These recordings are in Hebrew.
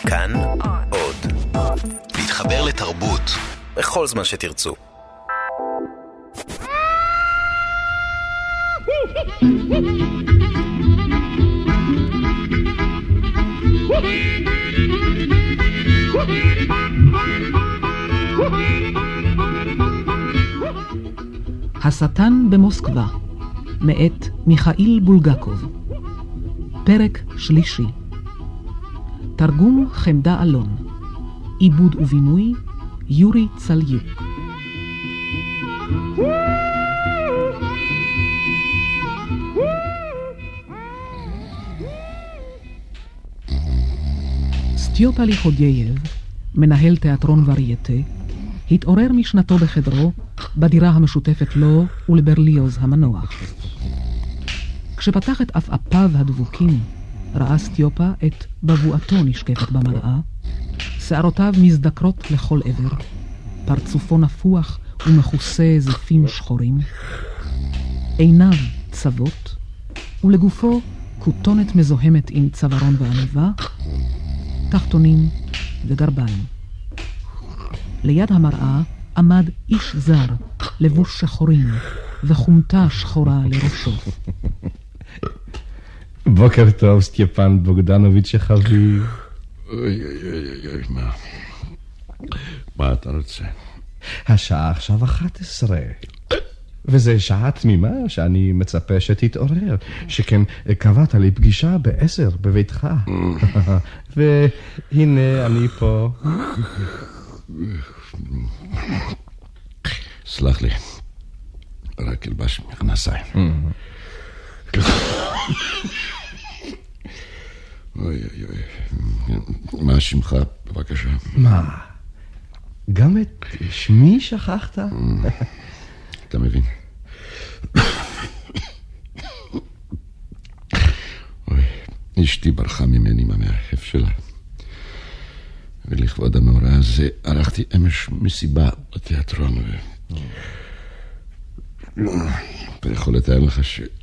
כאן עוד. להתחבר לתרבות בכל זמן שתרצו. השטן במוסקבה, מאת מיכאיל בולגקוב. פרק שלישי. תרגום חמדה אלון. עיבוד ובינוי יורי צליוק. סטיופה ליחודייב, מנהל תיאטרון ורייטה, התעורר משנתו בחדרו בדירה המשותפת לו ולברליוז המנוח. כשפתח את אפאפיו הדבוקים, ראה סטיופה את בבואתו נשקפת במראה, שערותיו מזדקרות לכל עבר, פרצופו נפוח ומכוסה זפים שחורים, עיניו צוות, ולגופו כותונת מזוהמת עם צווארון ועניבה, תחתונים וגרביים. ליד המראה עמד איש זר, לבוש שחורים, וחומתה שחורה לראשו. בוקר טוב, סטיפן בוגדנוביץ' חביב. אוי, מה אתה רוצה? השעה עכשיו 11. וזה שעה תמימה שאני מצפה שתתעורר, שכן קבעת לי פגישה ב10 בביתך. והנה אני פה. סלח לי, רק אלבש מכנסיים. אוי, מה שמך, בבקשה? מה? גם את שמי שכחת? אתה מבין? אוי, אשתי ברחה ממני מהמאהב שלה. ולכבוד המאורע הזה ערכתי אמש מסיבה בתיאטרון. אתה יכול לתאר לך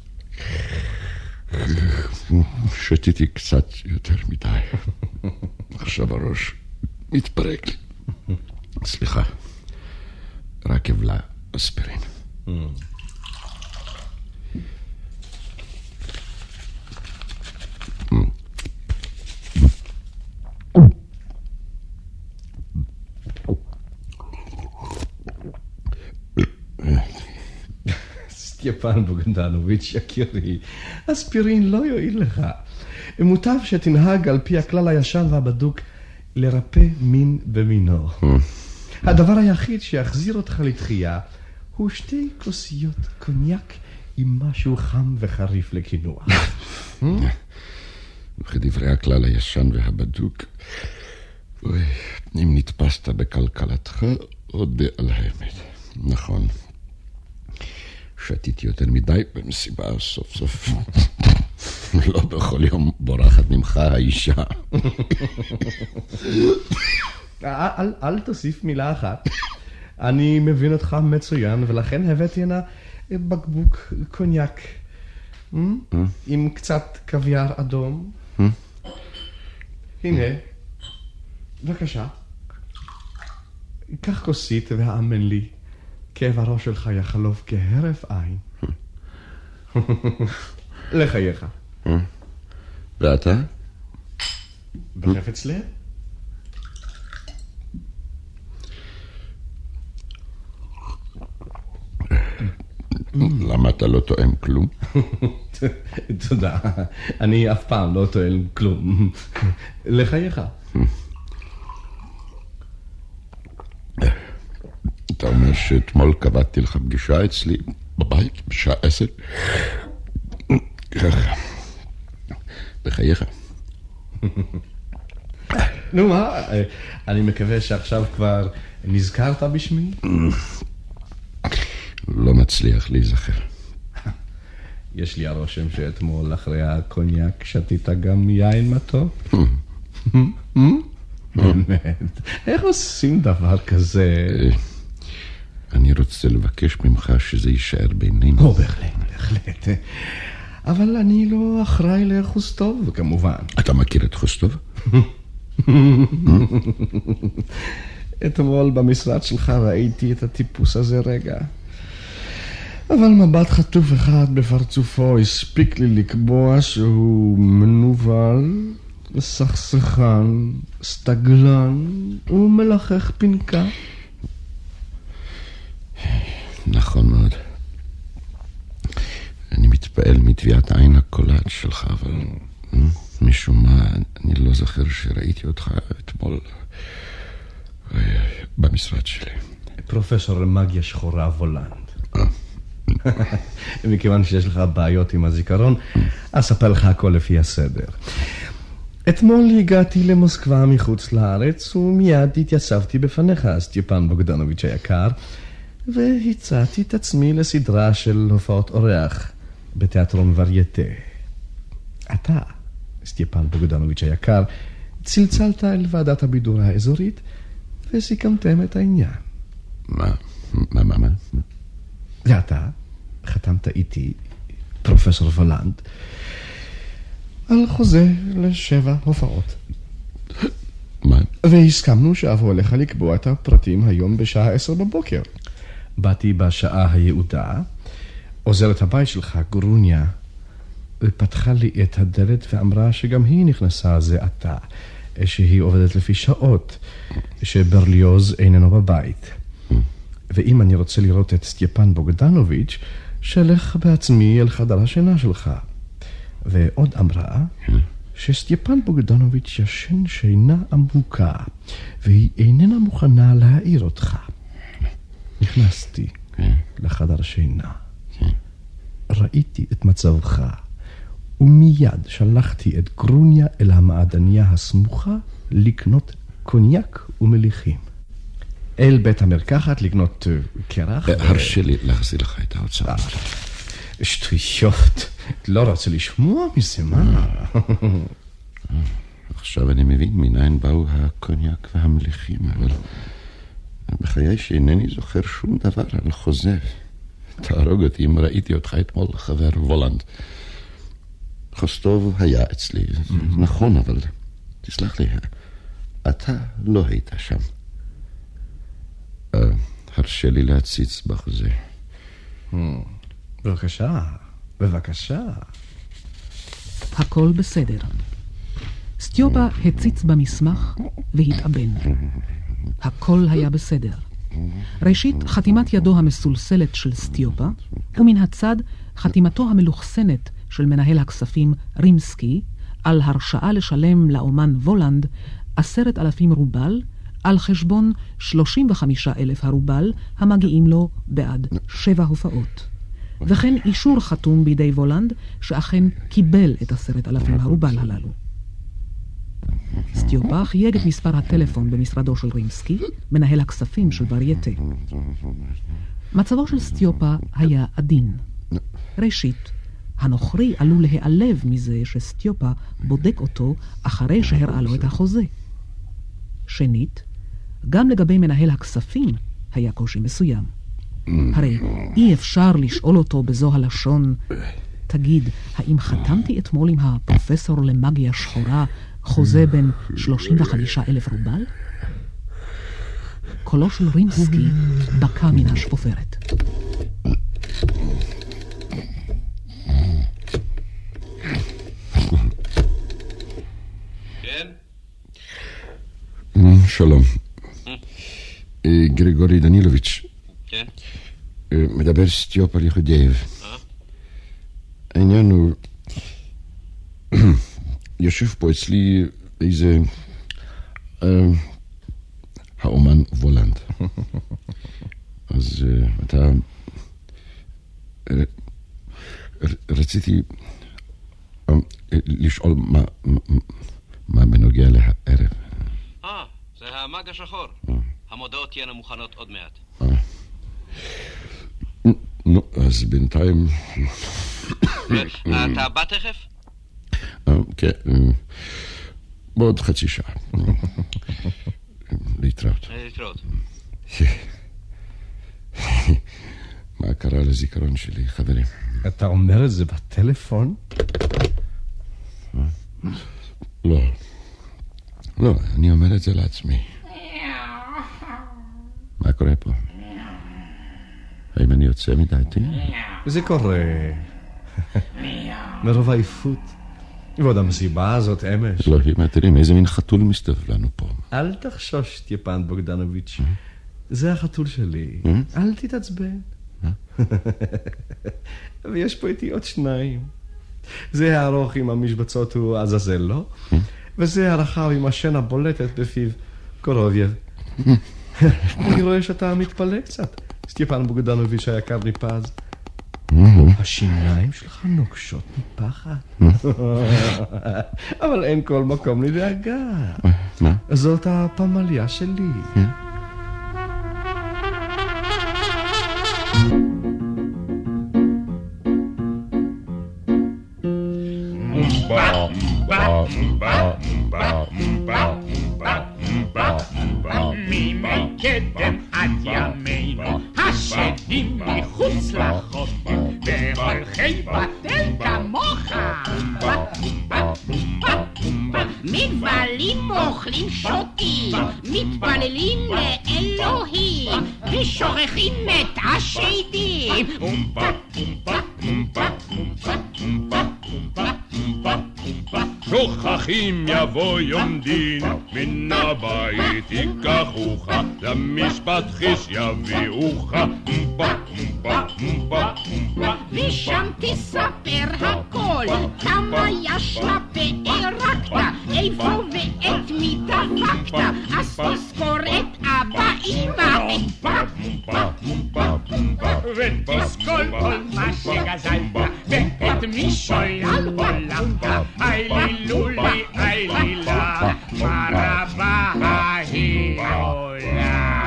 שתיתי קצת יותר מדי. עכשיו הראש מתפרק לי. סליחה, רק אבלה אספירין. סטיפן בוגדנוביץ' יקירי, אספירין לא יועיל לך. מוטב שתנהג על פי הכלל הישן והבדוק לרפא מין במינו. הדבר היחיד שיחזיר אותך לתחייה הוא 2 כוסיות קוניאק עם משהו חם וחריף לקינוח. וכדברי הכלל הישן והבדוק, אם נתפסת בכלכלתך, עוד על האמת. נכון, שתיתי יותר מדי במסיבה סוף סוף. לא בכל יום בורחת ממך האישה. אל תוסיף מילה אחת. אני מבין אותך מצוין, ולכן הבאתי הנה בקבוק קוניאק עם קצת קוויאר אדום. הנה, בבקשה. קח כוסית והאמן לי, כאב הראש שלך יחלוף כהרף עין. לחייך. ואתה? בחפץ לב? למה אתה לא טועם כלום? תודה, אני אף פעם לא טועם כלום. לחייך. אתה אומר שאתמול קבעתי לך פגישה אצלי בבית בשעה 10? ככה. בחייך. נו מה, אני מקווה שעכשיו כבר נזכרת בשמי? לא מצליח להיזכר. יש לי הרושם שאתמול אחרי הקוניאק שתית גם יין מתוק. באמת, איך עושים דבר כזה? אני רוצה לבקש ממך שזה יישאר בינינו. בהחלט. אבל אני לא אחראי לחוסטוב, כמובן. אתה מכיר את חוסטוב? אתמול במשרד שלך ראיתי את הטיפוס הזה רגע. אבל מבט חטוף אחד בפרצופו הספיק לי לקבוע שהוא מנוול, סכסכן, סטגלן ומלחך פנקה. נכון מאוד. אני מתפעל מטביעת העין הקולעת שלך, אבל משום מה אני לא זוכר שראיתי אותך אתמול במשרד שלי. פרופסור למגיה שחורה וולנד. מכיוון שיש לך בעיות עם הזיכרון, אספר לך הכל לפי הסדר. אתמול הגעתי למוסקבה מחוץ לארץ, ומיד התייצבתי בפניך, סטיפן בוגדנוביץ' היקר, והצעתי את עצמי לסדרה של הופעות אורח בתיאטרון ורייטה. אתה, סטיפן בוגדנוביץ' היקר, צלצלת אל ועדת הבידור האזורית, וסיכמתם את העניין. מה? ואתה חתמת איתי, פרופסור וולנד, על חוזה ל7 הופעות. מה? והסכמנו שאבוא אליך לקבוע את הפרטים היום בשעה 10 בבוקר. באתי בשעה היעודה, עוזרת הבית שלך, גרוניה, ופתחה לי את הדלת ואמרה שגם היא נכנסה זה עתה, שהיא עובדת לפי שעות, שברליוז איננו בבית. ואם אני רוצה לראות את סטיפן בוגדנוביץ', שלך בעצמי אל חדר השינה שלך. ועוד אמרה שסטיפן בוגדנוביץ' ישן שינה עמוקה, והיא איננה מוכנה להעיר אותך. נכנסתי לחדר שינה. ראיתי את מצבך, ומיד שלחתי את גרוניה אל המעדניה הסמוכה לקנות קוניאק ומליחים. אל בית המרקחת לקנות קרח. הרשה לי להחזיר לך את ההוצאה. שטויות, לא רוצה לשמוע מזה, מה? עכשיו אני מבין מניין באו הקוניאק והמליחים, אבל בחיי שאינני זוכר שום דבר על חוזה. תהרוג אותי אם ראיתי אותך אתמול, חבר וולנד. חוסטוב היה אצלי, נכון, אבל תסלח לי, אתה לא היית שם. הרשה לי להציץ בחוזה. בבקשה. הכל בסדר. סטיופה הציץ במסמך והתאבן. הכל היה בסדר. ראשית, חתימת ידו המסולסלת של סטיופה, ומן הצד, חתימתו המלוכסנת של מנהל הכספים רימסקי, על הרשאה לשלם לאומן וולנד 10,000 רובל, על חשבון 35,000 הרובל המגיעים לו בעד 7 הופעות. וכן אישור חתום בידי וולנד שאכן קיבל את 10,000 הרובל הללו. סטיופה חייג את מספר הטלפון במשרדו של רימסקי, מנהל הכספים של ורייטה. מצבו של סטיופה היה עדין. ראשית, הנוכרי עלול להיעלב מזה שסטיופה בודק אותו אחרי שהראה לו את החוזה. שנית, גם לגבי מנהל הכספים היה קושי מסוים. הרי אי אפשר לשאול אותו בזו הלשון, תגיד, האם חתמתי אתמול עם הפרופסור למגיה שחורה חוזה בין 35,000 רובל? קולו של רימסקי בקע מן השפופרת. כן? שלום. גריגורי דנילוביץ'. כן? מדבר סטיופה ליחודייב. העניין הוא, יושב פה אצלי איזה האומן וולנד. אז אתה רציתי לשאול מה בנוגע לערב. זה המג השחור. המודעות תהיינה מוכנות עוד מעט. נו, אז בינתיים... אתה בא תכף? כן, בעוד חצי שעה. להתראות. להתראות. מה קרה לזיכרון שלי, חברים? אתה אומר את זה בטלפון? לא. לא, אני אומר את זה לעצמי. מה קורה פה? האם אני יוצא מדעתי? זה קורה. מרוב העייפות. ועוד המסיבה הזאת אמש. אלוהים, תראי, איזה מין חתול מסתובב לנו פה. אל תחשוש, סטיפן בוגדנוביץ'. זה החתול שלי. אל תתעצבן. ויש פה איתי עוד שניים. זה הארוך עם המשבצות הוא עזאזל, לא? וזה הרחב עם השן הבולטת בפיו קורובייב. אני רואה שאתה מתפלא קצת. סטיפן בוגדנוביץ' היקר מפז. השיניים שלך נוקשות מפחד. אבל אין כל מקום לדאגה. מה? זאת הפמליה שלי. ממקדם עד ימינו השדים מחוץ לחוף והולכי בטל כמוך מתבלים אוכלים שוטים מתפללים לאלוהים ושוכחים את השדים שוכחים יבוא יום דין מן הבית ייקחוך למשפט חיש יביאוך ושם תספר הכל כמה ישנה והרקת איפה ואת מי דפקת אז תזכור את אבא אמא ותזכור כל מה שגזלת ואת מי שולל הולכת איילי לולי איילי לה מרבה ההיא עולה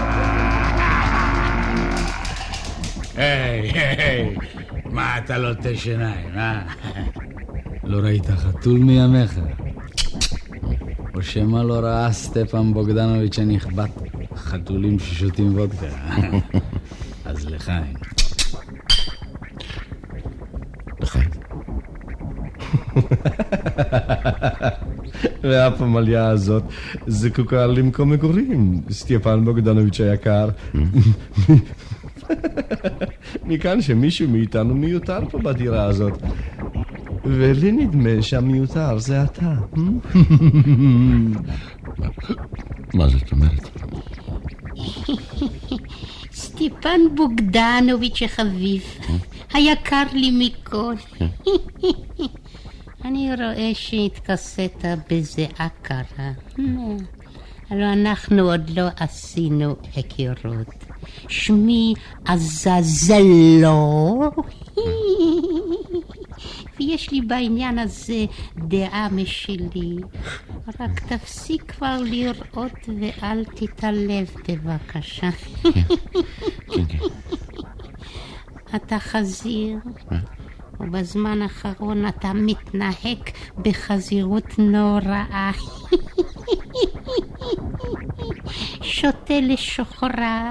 היי, מה אתה לא תשיניים, אה? לא ראית חתול מימיך? או שמה לא ראה סטפן בוגדנוביץ' הנכבד חתולים ששותים וודקה? אז לחיים. לחיים. והפמליה הזאת זקוקה למקום מגורים, סטיפן בוגדנוביץ' היקר. מכאן שמישהו מאיתנו מיותר פה בדירה הזאת. ולי נדמה שהמיותר זה אתה. מה זאת אומרת? סטיפן בוגדנוביץ' החביב, היקר לי מכל. אני רואה שהתכסית בזיעה קרה. הלוא אנחנו עוד לא עשינו הכירות. שמי עזאזלו. ויש לי בעניין הזה דעה משלי. רק תפסיק כבר לראות ואל תתעלב בבקשה. אתה חזיר. ובזמן האחרון אתה מתנהג בחזירות נוראה. שותה לשוחרה,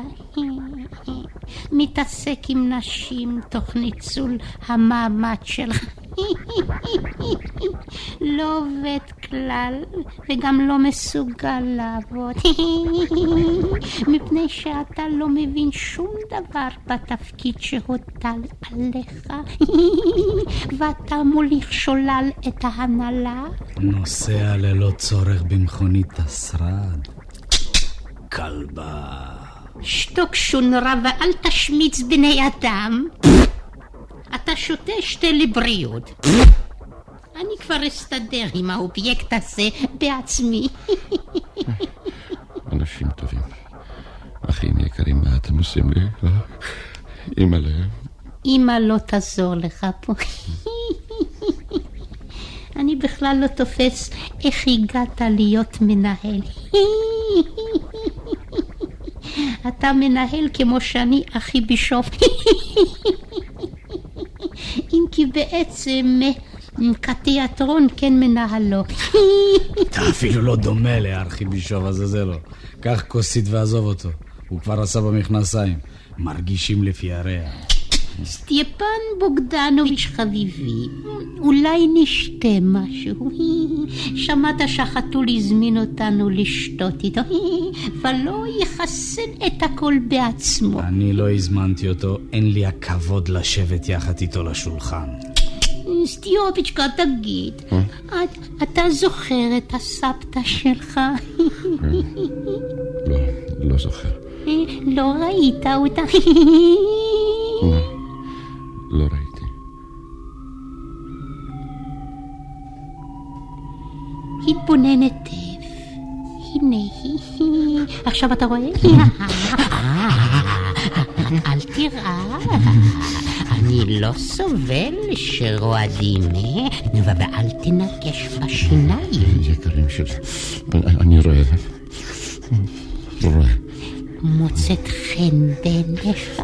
מתעסק עם נשים תוך ניצול המעמד שלך. לא עובד כלל וגם לא מסוגל לעבוד, מפני שאתה לא מבין שום דבר בתפקיד שהוטל עליך, ואתה מוליך שולל את ההנהלה. נוסע ללא צורך במכונית השרד. כלבה. שתוק שונרה ואל תשמיץ בני אדם. אתה שותה שתה לבריאות. אני כבר אסתדר עם האובייקט הזה בעצמי. אנשים טובים. אחים יקרים, מה אתם עושים לי? אמא להם. אמא לא תעזור לך פה. אני בכלל לא תופס איך הגעת להיות מנהל. אתה מנהל כמו שאני אחי בישוף. אם כי בעצם כתיאטרון כן מנהלו. אתה אפילו לא דומה לארכיבישוף הזה, זה לא. קח כוסית ועזוב אותו. הוא כבר עשה במכנסיים. מרגישים לפי הריח. סטייפן בוגדנוביץ' חביבי, אולי נשתה משהו. שמעת שהחתול הזמין אותנו לשתות איתו, ולא יחסן את הכל בעצמו. אני לא הזמנתי אותו, אין לי הכבוד לשבת יחד איתו לשולחן. סטיופצ'קה, תגיד, אתה זוכר את הסבתא שלך? לא זוכר. לא ראית אותה? לא ראיתי. התבונן היטב. הנה היא. עכשיו אתה רואה? אל תראה. אני לא סובל שרועדים, ואל תנקש בשיניים. יקרים שלי, אני רואה. מוצאת חן בעיניך?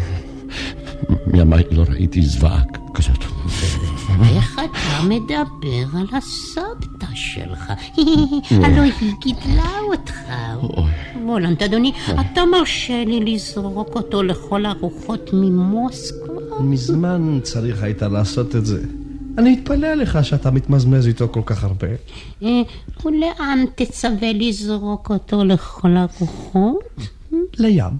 מימי לא ראיתי זוועה כזאת. איך אתה מדבר על הסבתא שלך? הלוא היא גידלה אותך. וולנט, אדוני, אתה מרשה לי לזרוק אותו לכל הרוחות ממוסקבה? מזמן צריך היית לעשות את זה. אני אתפלא עליך שאתה מתמזמז איתו כל כך הרבה. ולאן תצווה לזרוק אותו לכל הרוחות? לים.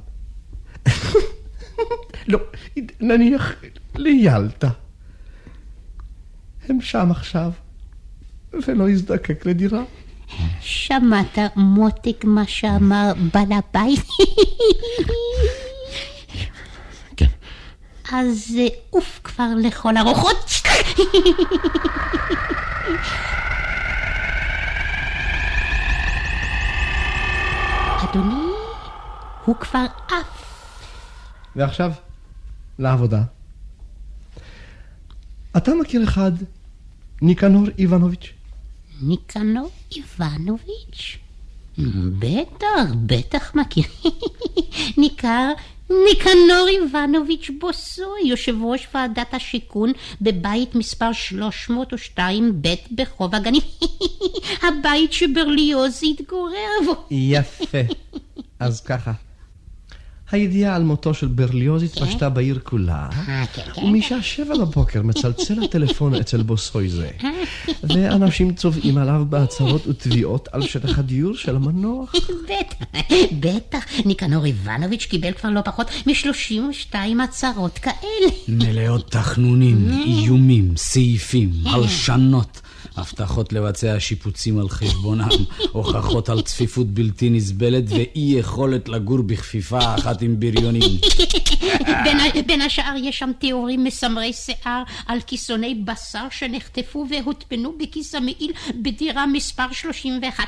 לא, נניח ליאלטה. הם שם עכשיו, ולא יזדקק לדירה. שמעת מותק מה שאמר בעל הבית? כן. אז אוף כבר לכל הרוחות. אדוני, הוא כבר עף. ועכשיו, לעבודה. אתה מכיר אחד, ניקנור איבנוביץ'? ניקנור איבנוביץ'? בטח מכיר. ניקנור איבנוביץ' בוסוי, יושב ראש ועדת השיכון בבית מספר 302 בית בחוב הגנים. הבית שברליוז התגורר בו. יפה. אז ככה. הידיעה על מותו של ברליוז התפשטה בעיר כולה, ומשעה 7 בבוקר מצלצל הטלפון אצל בוסוי זה, ואנשים צובעים עליו בהצהרות ותביעות על שטח הדיור של המנוח. בטח, ניקנור איבנוביץ' קיבל כבר לא פחות מ32 הצהרות כאלה. מלאות תחנונים, איומים, סעיפים, הלשנות, הבטחות לבצע שיפוצים על חשבונם, הוכחות על צפיפות בלתי נסבלת ואי יכולת לגור בכפיפה אחת עם בריונים. בין השאר יש שם תיאורים מסמרי שיער על כיסוני בשר שנחטפו והוטפנו בכיס המעיל בדירה מספר 31.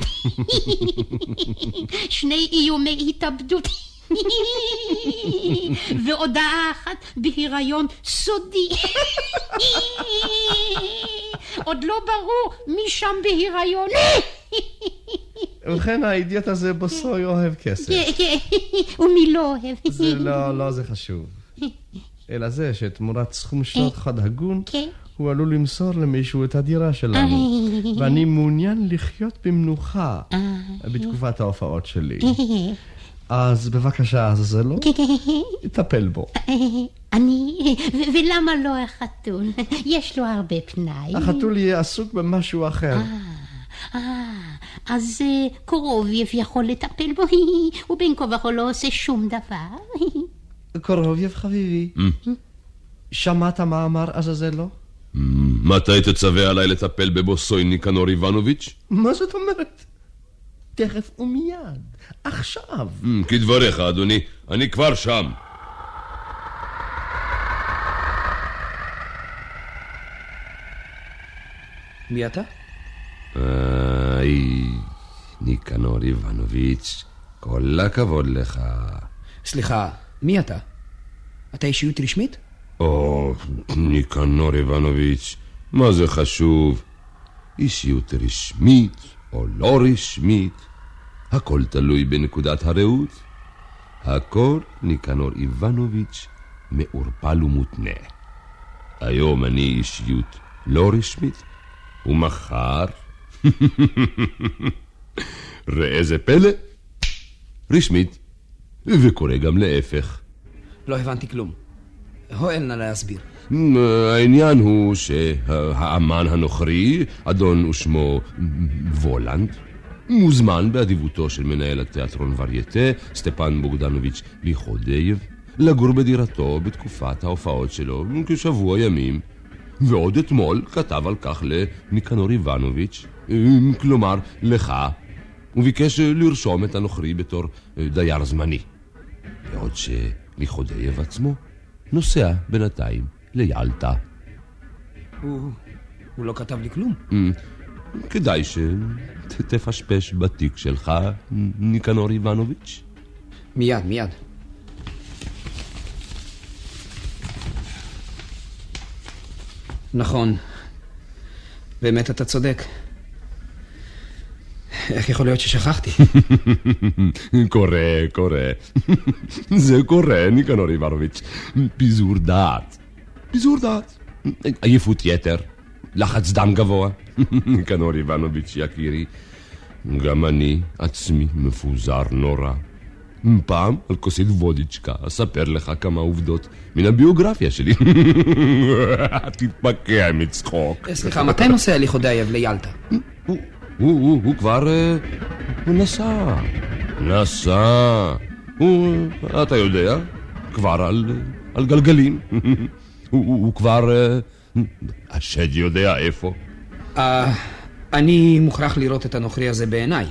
2 איומי התאבדות. והודעה אחת בהיריון סודי. עוד לא ברור מי שם בהיריון. ובכן, האידיוט הזה בוסוי אוהב כסף. ומי לא אוהב? זה לא זה חשוב. אלא זה שתמורת סכום שוחד הגון, הוא עלול למסור למישהו את הדירה שלנו. ואני מעוניין לחיות במנוחה בתקופת ההופעות שלי. אז בבקשה, זה לא? תטפל בו. ולמה לא החתול? יש לו הרבה פנאי. החתול יהיה עסוק במשהו אחר. אז קורובייב יכול לטפל בו, ובין כה וכה לא עושה שום דבר. קורובייב חביבי, שמעת מה אמר עזאזלו? מתי תצווה עליי לטפל בבוסוי ניקנור איבנוביץ'? מה זאת אומרת? תכף ומיד, עכשיו. כדבריך, אדוני, אני כבר שם. מי אתה? ניקנור איבנוביץ', כל הכבוד לך. סליחה, מי אתה? אתה אישיות רשמית? ניקנור איבנוביץ', מה זה חשוב? אישיות רשמית או לא רשמית, הכל תלוי בנקודת הראות. הכל ניקנור איבנוביץ' מעורפל ומותנה. היום אני אישיות לא רשמית, ומחר ראה זה פלא, רשמית, וקורה גם להפך. לא הבנתי כלום. הואל נא להסביר. העניין הוא שהאמן הנוכרי, אדון ושמו וולנד, מוזמן באדיבותו של מנהל התיאטרון ורייטה, סטפן בוגדנוביץ' ליחודייב, לגור בדירתו בתקופת ההופעות שלו כשבוע ימים, ועוד אתמול כתב על כך לניקנור איבנוביץ', כלומר לך, וביקש לרשום את הנוכרי בתור דייר זמני. ועוד שליחודייב עצמו נוסע בינתיים ליאלטה. הוא לא כתב לי כלום. כדאי שתפשפש בתיק שלך, ניקנור איבנוביץ'. מיד. נכון. באמת אתה צודק. איך יכול להיות ששכחתי? קורה. זה קורה, ניקנור איבנוביץ'. פיזור דעת. עייפות יתר. לחץ דם גבוה. ניקנור איבנוביץ' יקירי. גם אני עצמי מפוזר נורא. פעם על כוסית וודיצ'קה אספר לך כמה עובדות מן הביוגרפיה שלי. תתפקע מצחוק. סליחה, מתי נוסע ליחודייב ליאלטה? הוא כבר נסע. אתה יודע, כבר על גלגלים. הוא כבר השד יודע איפה. אני מוכרח לראות את הנוכרי הזה בעיניי.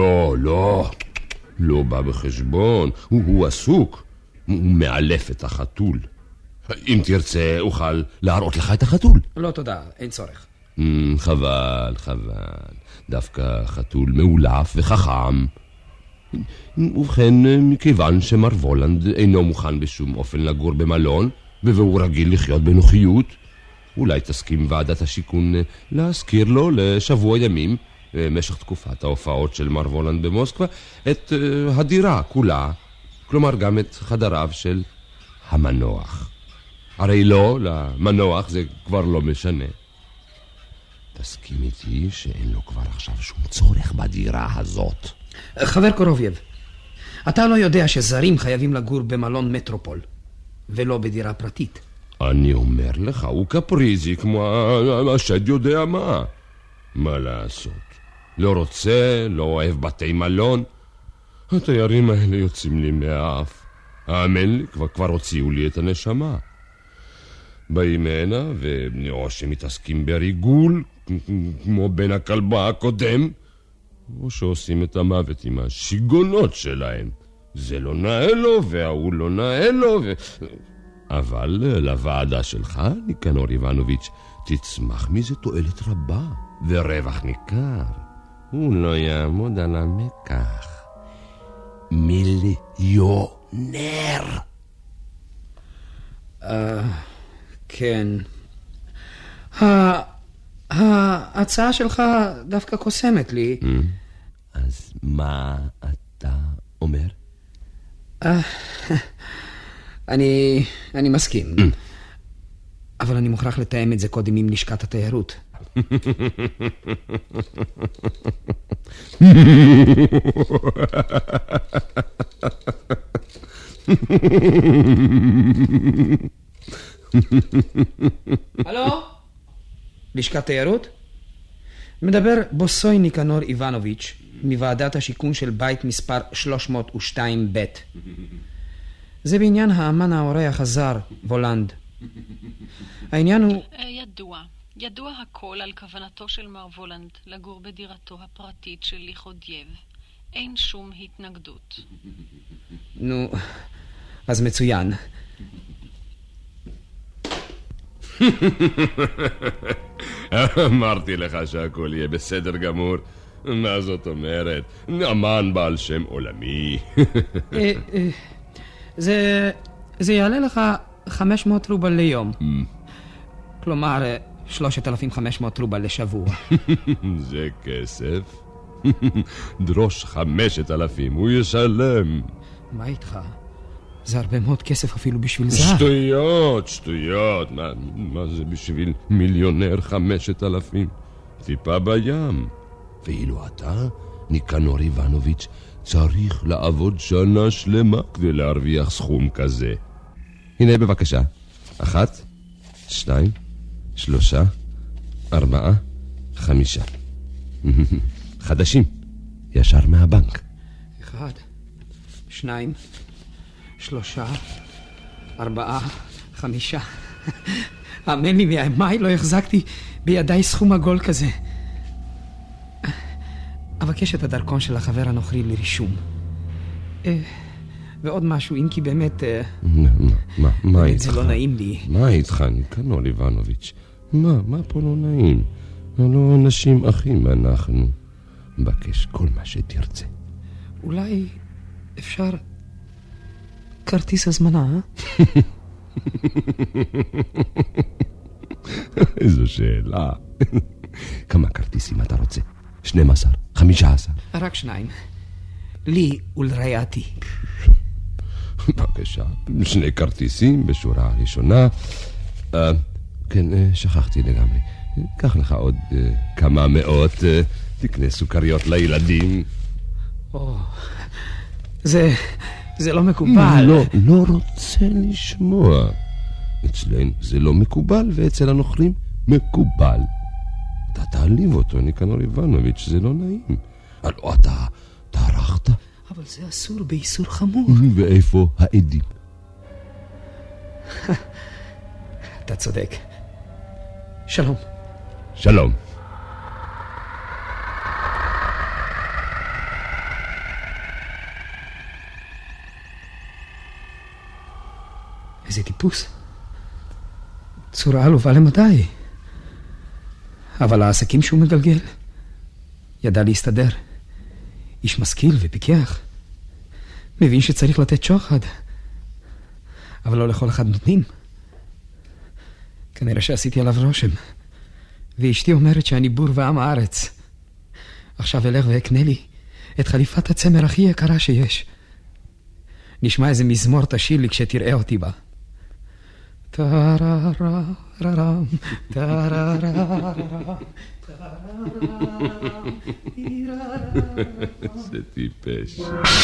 לא בא בחשבון. הוא עסוק. הוא מאלף את החתול. אם תרצה אוכל להראות לך את החתול. לא תודה, אין צורך. חבל. דווקא חתול מאולף וחכם. ובכן, מכיוון שמר וולנד אינו מוכן בשום אופן לגור במלון, והוא רגיל לחיות בנוחיות, אולי תסכים ועדת השיקון להזכיר לו לשבוע ימים, במשך תקופת ההופעות של מר וולנד במוסקבה, את הדירה כולה, כלומר גם את חדריו של המנוח. הרי לא, למנוח זה כבר לא משנה. תסכים איתי שאין לו כבר עכשיו שום צורך בדירה הזאת. חבר קורובייב, אתה לא יודע שזרים חייבים לגור במלון מטרופול, ולא בדירה פרטית. אני אומר לך, הוא קפריזי כמו השד יודע מה. מה לעשות? לא רוצה, לא אוהב בתי מלון. התיירים האלה יוצאים לי מהאף. האמן לי, כבר הוציאו לי את הנשמה. באים הנה, או שמתעסקים בריגול, כמו בן הכלבה הקודם, או שעושים את המוות עם השיגונות שלהם. זה לא נאה לו, והוא לא נאה לו, אבל לוועדה שלך, ניקנור איבנוביץ', תצמח מזה תועלת רבה ורווח ניכר. הוא לא יעמוד על המקח. מיליונר. כן. ההצעה שלך דווקא קוסמת לי. אז מה אתה אומר? אני מסכים. אבל אני מוכרח לתאם את זה קודם עם לשכת התיירות. הלו? לשכת תיירות? מדבר בוסוי ניקנור איבנוביץ' מוועדת השיקון של בית מספר 302 ב'. זה בעניין האמן האורח הזר, וולנד. העניין הוא... ידוע הכל על כוונתו של מר וולנד לגור בדירתו הפרטית של ליחודייב. אין שום התנגדות. נו, אז מצוין. אמרתי לך שהכל יהיה בסדר גמור. מה זאת אומרת? אמן בעל שם עולמי. זה יעלה לך 500 רובל ליום. כלומר 3,500 רובל לשבוע. זה כסף? דרוש 5,000 הוא ישלם. מה איתך? זה הרבה מאוד כסף אפילו בשביל זר. שטויות. מה זה בשביל מיליונר 5,000? טיפה בים. ואילו אתה, ניקנור איבנוביץ', צריך לעבוד שנה שלמה כדי להרוויח סכום כזה. הנה בבקשה, 1, 2, 3, 4, 5. חדשים, ישר מהבנק. 1, 2, 3, 4, 5. האמן לי, מיי לא החזקתי בידיי סכום עגול כזה. אבקש את הדרכון של החבר הנוכרי לרישום. ועוד משהו, אם כי באמת... מה איתך? זה לא נעים לי. מה איתך, ניקנור איבנוביץ'? מה פה לא נעים? לא אנשים אחים אנחנו. מבקש כל מה שתרצה. אולי אפשר כרטיס הזמנה, איזו שאלה. כמה כרטיסים אתה רוצה? 12, 15? רק 2. לי ולרעייתי. בבקשה, 2 כרטיסים בשורה הראשונה. כן, שכחתי לגמרי. קח לך עוד כמה מאות, תקנה סוכריות לילדים. זה לא מקובל. לא רוצה לשמוע. אצלנו זה לא מקובל, ואצל הנוכלים מקובל. אתה תעליב אותו, ניקנור איבנוביץ', זה לא נעים. הלא אתה ערכת? אבל זה אסור באיסור חמור. ואיפה העדים? אתה צודק. שלום. שלום. איזה טיפוס. צורה עלובה למדי. אבל העסקים שהוא מגלגל, ידע להסתדר. איש משכיל ופיקח. מבין שצריך לתת שוחד. אבל לא לכל אחד נותנים. כנראה שעשיתי עליו רושם. ואשתי אומרת שאני בור ועם הארץ. עכשיו אלך ואקנה לי את חליפת הצמר הכי יקרה שיש. נשמע איזה מזמור תשאיר לי כשתראה אותי בה. טרררררם, טרררררם, זה טיפש.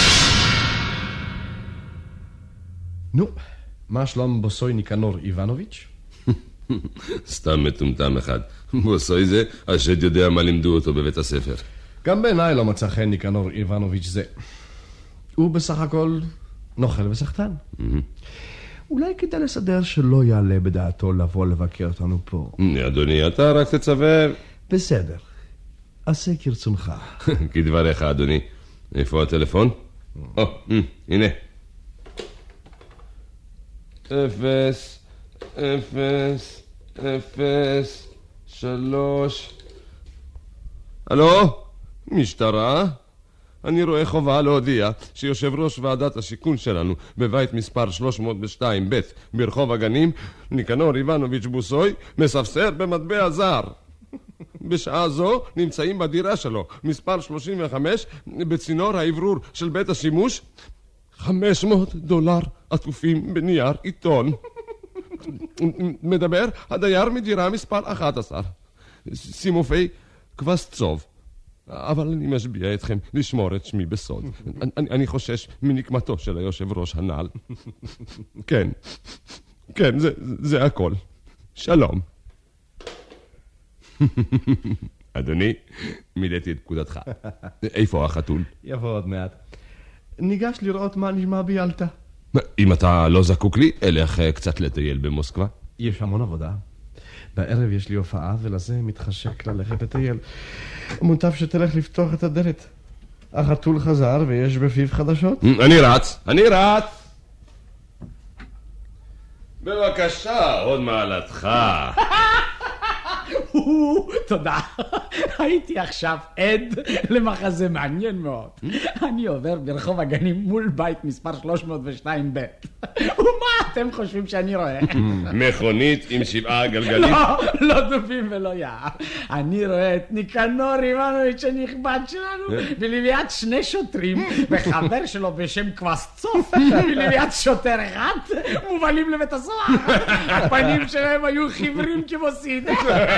נו, מה שלום בוסוי ניקנור איבנוביץ'? סתם מטומטם אחד. בוסוי זה, השד יודע מה לימדו אותו בבית הספר. גם בעיניי לא מצא חן ניקנור איבנוביץ' זה. הוא בסך הכל נוכל וסחטן. אולי כדאי לסדר שלא יעלה בדעתו לבוא לבקר אותנו פה. אדוני, אתה רק תצווה. בסדר. עשה כרצונך. כדבריך, אדוני. איפה הטלפון? הנה. 0, 0, 0, 3. הלו? משטרה? אני רואה חובה להודיע שיושב ראש ועדת השיקון שלנו בבית מספר 302 ב' ברחוב הגנים, ניקנור איבנוביץ' בוסוי, מספסר במטבע זר. בשעה זו נמצאים בדירה שלו, מספר 35, בצינור האוורור של בית השימוש, $500 עטופים בנייר עיתון. מדבר הדייר מדירה מספר 11, סימופי קווסצוב. אבל אני משביע אתכם לשמור את שמי בסוד. אני חושש מנקמתו של היושב ראש הנעל. כן, זה הכל. שלום. אדוני, מילאתי את פקודתך. איפה החתול? יבוא עוד מעט. ניגש לראות מה נשמע ביאלטה. אם אתה לא זקוק לי, אלך קצת לטייל במוסקבה. יש המון עבודה. בערב יש לי הופעה, ולזה מתחשק ללכת לטייל. מוטב שתלך לפתוח את הדלת. החתול חזר ויש בפיו חדשות. אני רץ. בבקשה, עוד מעלתך. תודה. הייתי עכשיו עד למחזה מעניין מאוד. אני עובר ברחוב הגנים מול בית מספר 302 ב'. ומה אתם חושבים שאני רואה? מכונית עם 7 גלגלים? לא דובים ולא יער. אני רואה את ניקנור איבנוביץ' הנכבד שלנו ולביאת 2 שוטרים וחבר שלו בשם קווסצוב ולביאת שוטר אחד מובלים לבית הסוהר. הפנים שלהם היו חיוורים כמו סיד.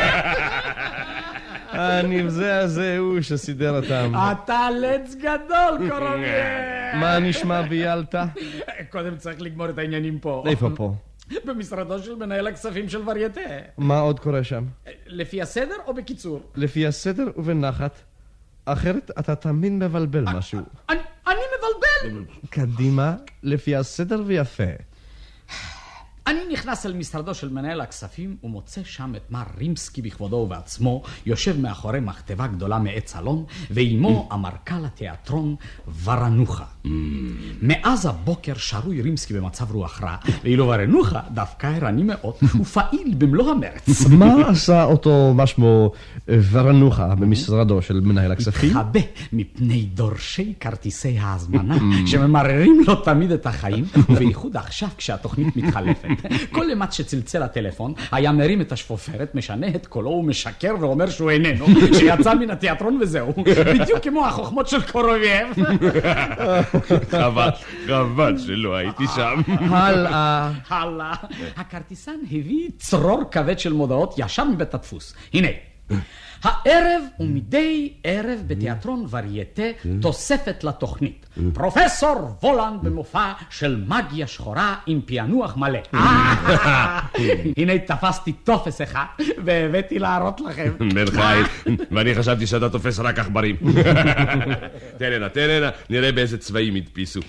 הנבזה הזה הוא שסידר אותם. אתה לץ גדול, קורוביה. מה נשמע ביאלטה? קודם צריך לגמור את העניינים פה. איפה פה? במשרדו של מנהל הכספים של ורייטה. מה עוד קורה שם? לפי הסדר או בקיצור? לפי הסדר ובנחת. אחרת אתה תמיד מבלבל משהו. אני מבלבל? קדימה, לפי הסדר ויפה. אני נכנס אל משרדו של מנהל הכספים ומוצא שם את מר רימסקי בכבודו ובעצמו, יושב מאחורי מכתבה גדולה מעץ אלון, ועימו המרכז התיאטרון ורנוחה. מאז הבוקר שרוי רימסקי במצב רוח רע, ואילו ורנוחה דווקא ערני מאוד ופעיל במלוא המרץ. מה עשה אותו משמו ורנוחה במשרדו של מנהל הכספים? התחבא מפני דורשי כרטיסי ההזמנה שממררים לו תמיד את החיים, ובייחוד עכשיו כשהתוכנית מתחלפת. כל למט שצלצל הטלפון היה מרים את השפופרת, משנה את קולו ומשקר ואומר שהוא איננו, שיצא מן התיאטרון וזהו, בדיוק כמו החוכמות של קורובייב. חבל שלא הייתי שם. הלאה. הכרטיסן הביא צרור כבד של מודעות ישר מבית הדפוס. הנה, הערב ומדי ערב בתיאטרון ורייטה תוספת לתוכנית. פרופסור וולנד במופע של מגיה שחורה עם פענוח מלא. הנה תפסתי תופס אחד והבאתי להראות לכם. בן חי, ואני חשבתי שאתה תופס רק עכברים. תן הנה, נראה באיזה צבעים הדפיסו.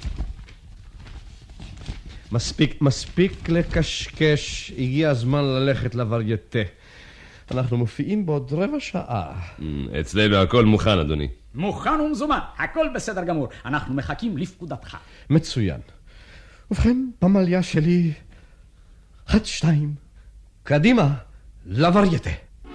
מספיק לקשקש, הגיע הזמן ללכת לוורייטה. אנחנו מופיעים בעוד רבע שעה. אצלנו הכל מוכן, אדוני. מוכן ומזומן, הכל בסדר גמור. אנחנו מחכים לפקודתך. מצוין. ובכן, במליה שלי, 1, 2, קדימה, לוורייטה.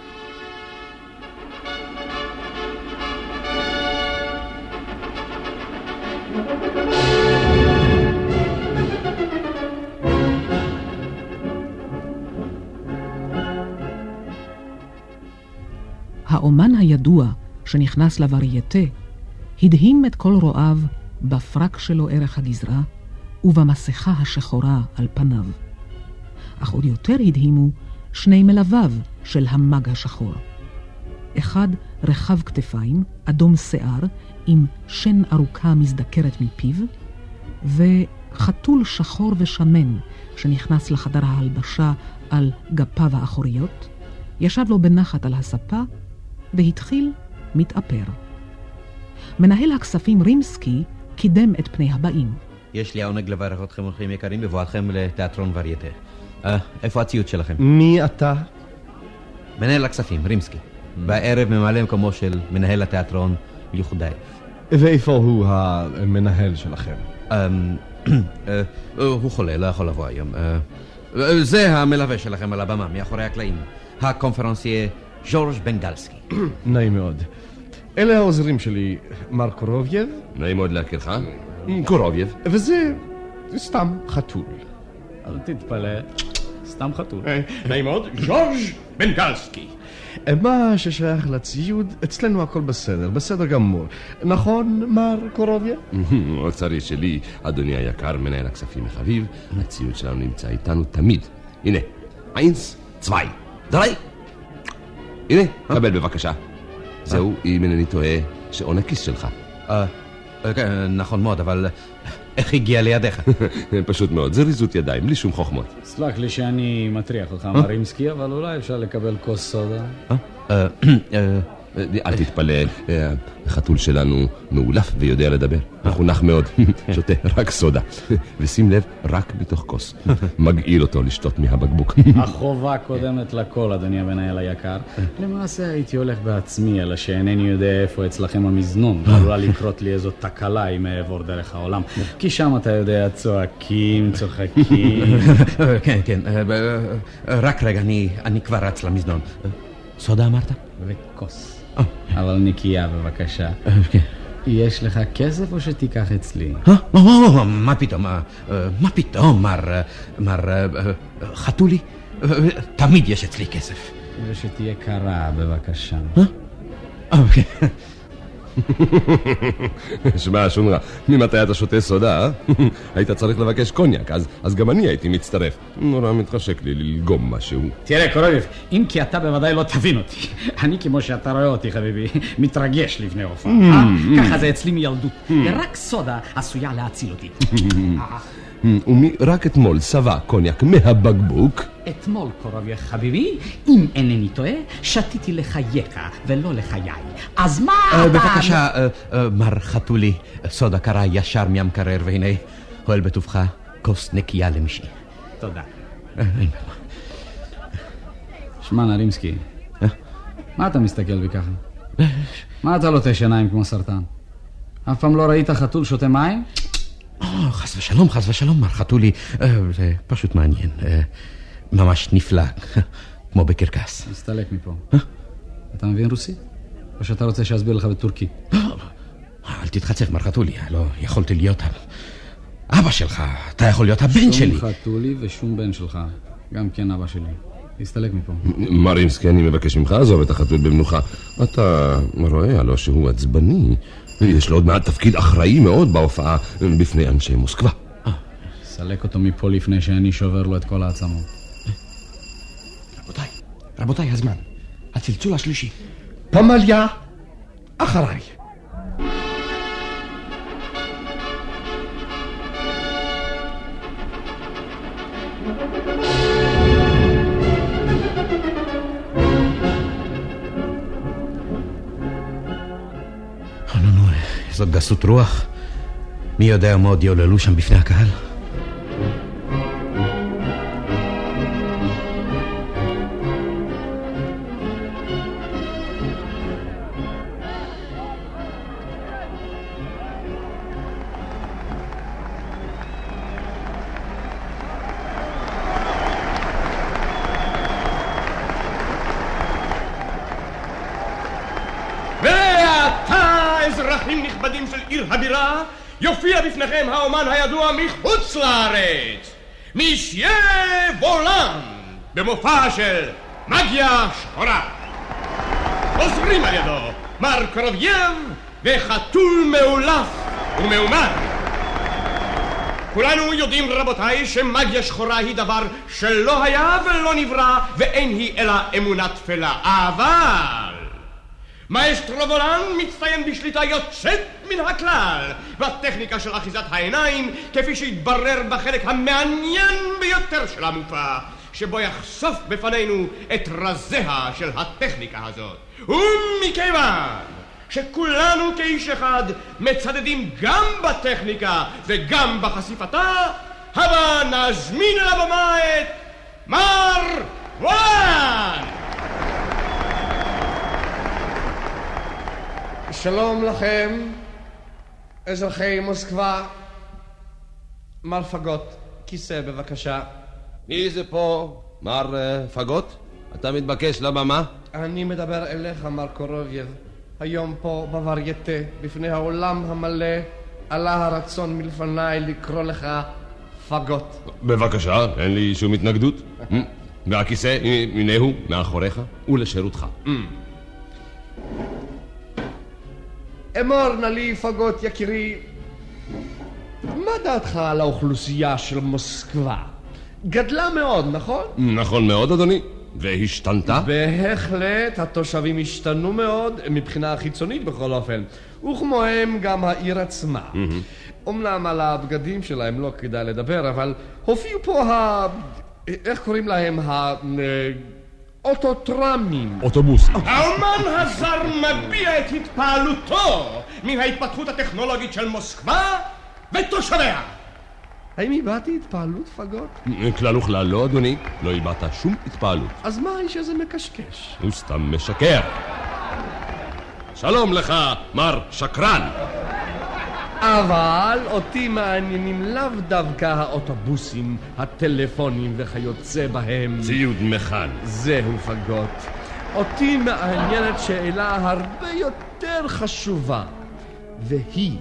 האומן הידוע שנכנס לוורייטה הדהים את כל רואיו בפרק שלו ערך הגזרה ובמסכה השחורה על פניו. אך עוד יותר הדהימו שני מלוויו של המג השחור. אחד רחב כתפיים, אדום שיער, עם שן ארוכה מזדקרת מפיו, וחתול שחור ושמן שנכנס לחדר ההלבשה על גפיו האחוריות, ישב לו בנחת על הספה והתחיל מתאפר. מנהל הכספים רימסקי קידם את פני הבאים. יש לי העונג לברך אתכם אורחים יקרים בבואתכם לתיאטרון ורייטה. איפה הציוד שלכם? מי אתה? מנהל הכספים, רימסקי. בערב ממלא מקומו של מנהל התיאטרון ליחודייב. ואיפה הוא המנהל שלכם? הוא חולה, לא יכול לבוא היום. זה המלווה שלכם על הבמה, מאחורי הקלעים. הקונפרנסייה ז'ורג' בנגלסקי. נעים מאוד. אלה העוזרים שלי, מר קורובייב. נעים מאוד להכירך. קורובייב. וזה סתם חתול. אל תתפלא, סתם חתול. נעים מאוד, ז'ורג' בנגלסקי. מה ששייך לציוד, אצלנו הכל בסדר גמור. נכון, מר קורובייב? אוצרי שלי, אדוני היקר, מנהל הכספים החביב, הציוד שלנו נמצא איתנו תמיד. הנה, 1, 2, 3. הנה, קבל בבקשה. זהו, אם אינני טועה, שעון הכיס שלך. נכון מאוד, אבל איך הגיע לידיך? פשוט מאוד, זה ריזות ידיים, בלי שום חוכמות. סלח לי שאני מטריח אותך, מר רימסקי, אבל אולי אפשר לקבל כוס סודה? אל תתפלא, החתול שלנו מאולף ויודע לדבר. אנחנו נח מאוד, שותה רק סודה. ושים לב, רק בתוך כוס. מגעיל אותו לשתות מהבקבוק. החובה קודמת לכל, אדוני המנהל היקר. למעשה הייתי הולך בעצמי, אלא שאינני יודע איפה אצלכם המזנון. עלולה לקרות לי איזו תקלה אם אעבור דרך העולם. כי שם אתה יודע, צועקים, צוחקים. כן, רק רגע, אני כבר רץ למזנון. סודה אמרת? וכוס. אבל נקייה בבקשה. יש לך כסף או שתיקח אצלי? מה פתאום, מר חתולי? תמיד יש אצלי כסף. ושתהיה קרה בבקשה. שמע, שונרה, ממתי אתה שותה סודה, היית צריך לבקש קוניאק, אז גם אני הייתי מצטרף. נורא מתחשק לי ללגום משהו. תראה, קורובייב, אם כי אתה בוודאי לא תבין אותי. אני, כמו שאתה רואה אותי, חביבי, מתרגש לפני הופעה. ככה זה אצלי מילדות. ורק סודה עשויה להציל אותי. ומי רק אתמול שבע קוניאק מהבקבוק? אתמול, קורוביה חביבי, אם אינני טועה, שתיתי לחייך ולא לחיי. אז מה אתה... בבקשה, מר חתולי, סודה קרה ישר מהמקרר, והנה, הועל בטובך, כוס נקייה למשי. תודה. שמע, נרימסקי, מה אתה מסתכל בי ככה? מה אתה לוטש עיניים כמו סרטן? אף פעם לא ראית חתול שותה מים? חס ושלום, מר חתולי, זה פשוט מעניין, ממש נפלא, כמו בקרקס. מסתלק מפה. אתה מבין רוסית? או שאתה רוצה שיסביר לך בטורקית? אל תתחצף, מר חתולי, לא יכולתי להיות אבא שלך, אתה יכול להיות הבן שלי. שום חתולי ושום בן שלך, גם כן אבא שלי. תסתלק מפה. מרימסקי, אני מבקש ממך, עזוב את החתול במנוחה. אתה רואה הלא שהוא עצבני, ויש לו עוד מעט תפקיד אחראי מאוד בהופעה בפני אנשי מוסקבה. סלק אותו מפה לפני שאני שובר לו את כל העצמות. רבותיי, הזמן. הצלצול השלישי. פמליה, אחריי. זאת גסות רוח. מי יודע מה עוד יעוללו שם בפני הקהל? אזרחים נכבדים של עיר הבירה, יופיע בפניכם האומן הידוע מחוץ לארץ, מישיה וולן, במופע של מגיה שחורה. עוזרים על ידו מר קורובייב וחתול מאולף ומאומן. כולנו יודעים, רבותיי, שמגיה שחורה היא דבר שלא היה ולא נברא, ואין היא אלא אמונה תפלה. אבל מאסטרו וולן מצטיין בשליטה יוצאת מן הכלל בטכניקה של אחיזת העיניים, כפי שהתברר בחלק המעניין ביותר של המופע, שבו יחשוף בפנינו את רזיה של הטכניקה הזאת. ומכיוון שכולנו כאיש אחד מצדדים גם בטכניקה וגם בחשיפתה, הבה נזמין אל הבמה את מר וולן. שלום לכם, אזרחי מוסקבה. מר פגוט, כיסא בבקשה. מי זה פה? מר פגוט? אתה מתבקש לבמה? אני מדבר אליך, מר קורובייב. היום פה בוורייטה, בפני העולם המלא, עלה הרצון מלפניי לקרוא לך פגוט. בבקשה, אין לי שום התנגדות. והכיסא, הנה הוא, מאחוריך ולשירותך. אמור נא לי, פגוט יקירי, מה דעתך על האוכלוסייה של מוסקבה? גדלה מאוד, נכון? נכון מאוד, אדוני. והשתנתה? בהחלט, התושבים השתנו מאוד, מבחינה חיצונית בכל אופן. וכמוהם גם העיר עצמה. אומנם על הבגדים שלהם לא כדאי לדבר, אבל הופיעו פה איך קוראים להם? אוטוטרמים. אוטובוסים. האומן הזר מביע את התפעלותו מן ההתפתחות הטכנולוגית של מוסקבה ותושביה. האם הבעתי התפעלות, פגוט? כלל וכלל לא, אדוני. לא הבעת שום התפעלות. אז מה האיש הזה מקשקש? הוא סתם משקר. שלום לך, מר שקרן. אבל אותי מעניינים לאו דווקא האוטובוסים, הטלפונים וכיוצא בהם. ציוד מכני. זהו, פגוט. אותי מעניינת שאלה הרבה יותר חשובה, והיא: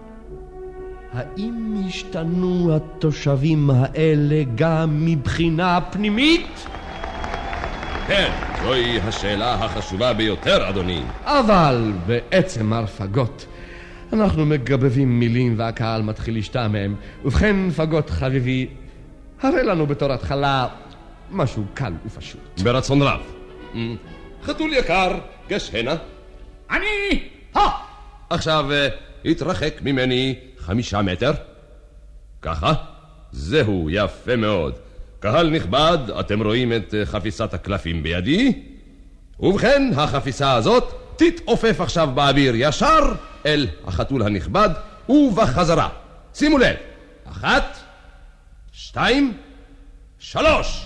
האם השתנו התושבים האלה גם מבחינה פנימית? כן, זוהי השאלה החשובה ביותר, אדוני. אבל בעצם, מר פגוט, אנחנו מגבבים מילים והקהל מתחיל להשתעמם. ובכן, פגוט חביבי, הרי לנו בתור התחלה משהו קל ופשוט. ברצון רב. חתול יקר, גש הנה. אני פה. עכשיו התרחק ממני 5 מטר. ככה. זהו, יפה מאוד. קהל נכבד, אתם רואים את חפיסת הקלפים בידי? ובכן, החפיסה הזאת תתעופף עכשיו באוויר ישר אל החתול הנכבד ובחזרה. שימו לב, 1, 2, 3.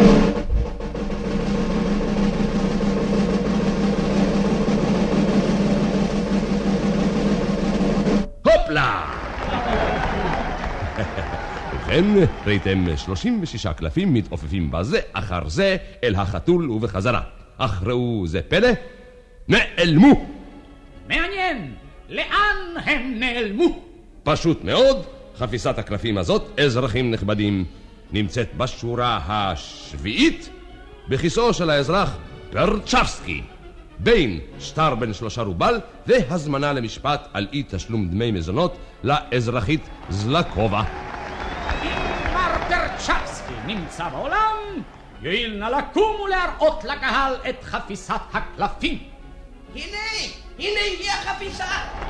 הופלה! ובכן, ראיתם 36 קלפים מתעופפים בזה אחר זה אל החתול ובחזרה. אך ראו זה פלא, נעלמו. מעניין, לאן הם נעלמו? פשוט מאוד, חפיסת הקלפים הזאת, אזרחים נכבדים, נמצאת בשורה השביעית בכיסו של האזרח פרצ'בסקי, בין שטר בן 3 רובל והזמנה למשפט על אי תשלום דמי מזונות לאזרחית זלקובה. אם מר פרצ'בסקי נמצא בעולם, יועיל נא לקום ולהראות לקהל את חפיסת הקלפים. הנה היא החפיסה.